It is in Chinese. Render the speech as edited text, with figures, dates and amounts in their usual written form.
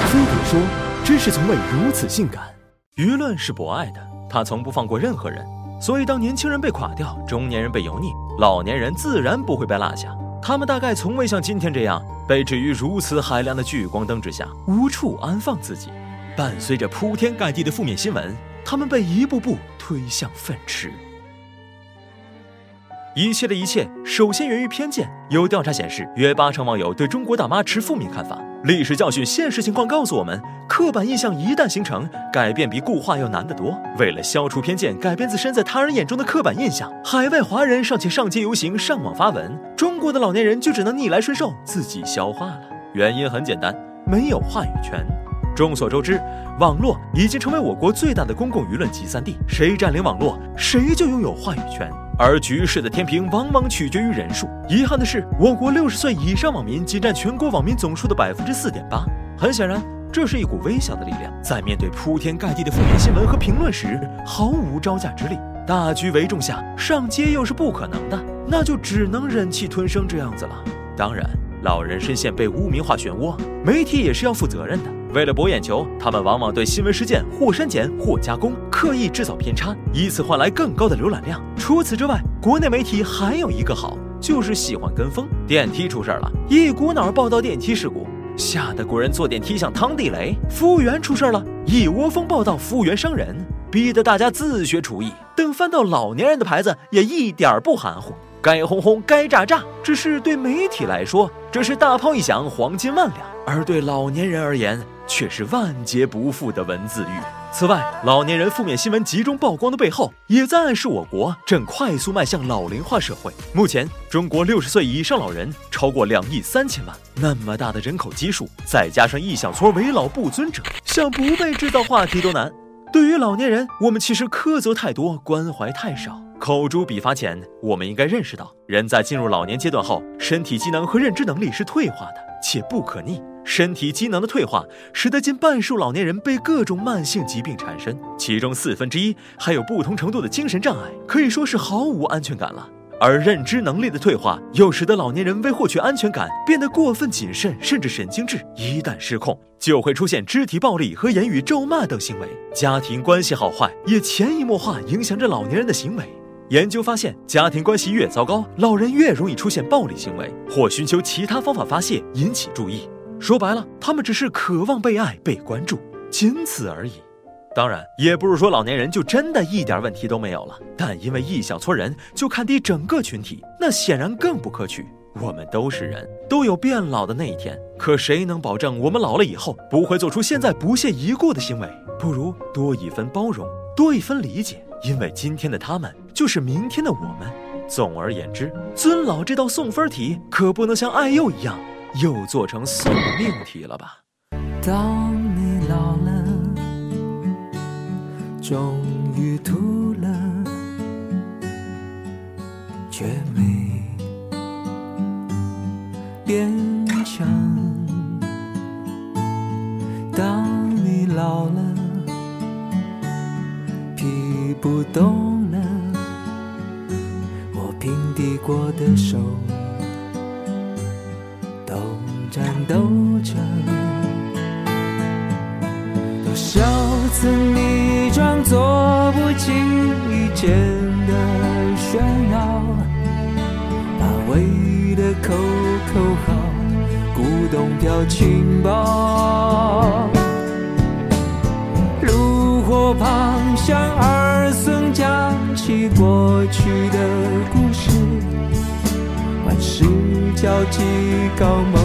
飞碟说：知识从未如此性感。舆论是博爱的，它从不放过任何人，所以当年轻人被垮掉，中年人被油腻，老年人自然不会被落下。他们大概从未像今天这样被置于如此海量的聚光灯之下，无处安放自己。伴随着铺天盖地的负面新闻，他们被一步步推向粪池。一切的一切首先源于偏见。有调查显示，约80%网友对中国大妈持负面看法。历史教训、现实情况告诉我们，刻板印象一旦形成，改变比固化要难得多。为了消除偏见，改变自身在他人眼中的刻板印象，海外华人尚且上街游行、上网发文，中国的老年人就只能逆来顺受，自己消化了。原因很简单，没有话语权。众所周知，网络已经成为我国最大的公共舆论集散地，谁占领网络，谁就拥有话语权。而局势的天平往往取决于人数。遗憾的是，我国60岁以上网民仅占全国网民总数的4.8%。很显然，这是一股微小的力量，在面对铺天盖地的负面新闻和评论时，毫无招架之力。大局为重下，上街又是不可能的，那就只能忍气吞声这样子了。当然，老人深陷被污名化漩涡，媒体也是要负责任的。为了博眼球，他们往往对新闻事件或删减或加工，刻意制造偏差，以此换来更高的浏览量。除此之外，国内媒体还有一个好，就是喜欢跟风。电梯出事了，一股脑报道电梯事故，吓得国人坐电梯像趟地雷；服务员出事了，一窝蜂报道服务员伤人，逼得大家自学厨艺。等翻到老年人的牌子，也一点不含糊，该轰轰该炸炸。只是对媒体来说，这是大炮一响，黄金万两；而对老年人而言，却是万劫不复的文字狱。此外，老年人负面新闻集中曝光的背后，也在暗示我国正快速迈向老龄化社会。目前，中国60岁以上老人超过2亿3千万，那么大的人口基数，再加上一小撮为老不尊者，想不被制造话题都难。对于老年人，我们其实苛责太多，关怀太少。口诛笔伐前，我们应该认识到，人在进入老年阶段后，身体机能和认知能力是退化的，且不可逆。身体机能的退化，使得近半数老年人被各种慢性疾病缠身，其中1/4还有不同程度的精神障碍，可以说是毫无安全感了。而认知能力的退化，又使得老年人为获取安全感变得过分谨慎，甚至神经质。一旦失控，就会出现肢体暴力和言语咒骂等行为。家庭关系好坏也潜移默化影响着老年人的行为。研究发现，家庭关系越糟糕，老人越容易出现暴力行为，或寻求其他方法发泄，引起注意。说白了，他们只是渴望被爱、被关注，仅此而已。当然，也不是说老年人就真的一点问题都没有了，但因为一小撮人就看低整个群体，那显然更不可取。我们都是人，都有变老的那一天，可谁能保证我们老了以后不会做出现在不屑一顾的行为？不如多一分包容，多一分理解，因为今天的他们就是明天的我们。总而言之，尊老这道送分题可不能像爱幼一样又做成送命题了吧。 当你老了，终于秃了，却没变强。当你老了，皮不动了，我平地过的手都颤抖着。多少次你装作不经意间的炫耀，把为的口号鼓动表情包，炉火旁向儿孙讲起过去的故事，万事交集高帽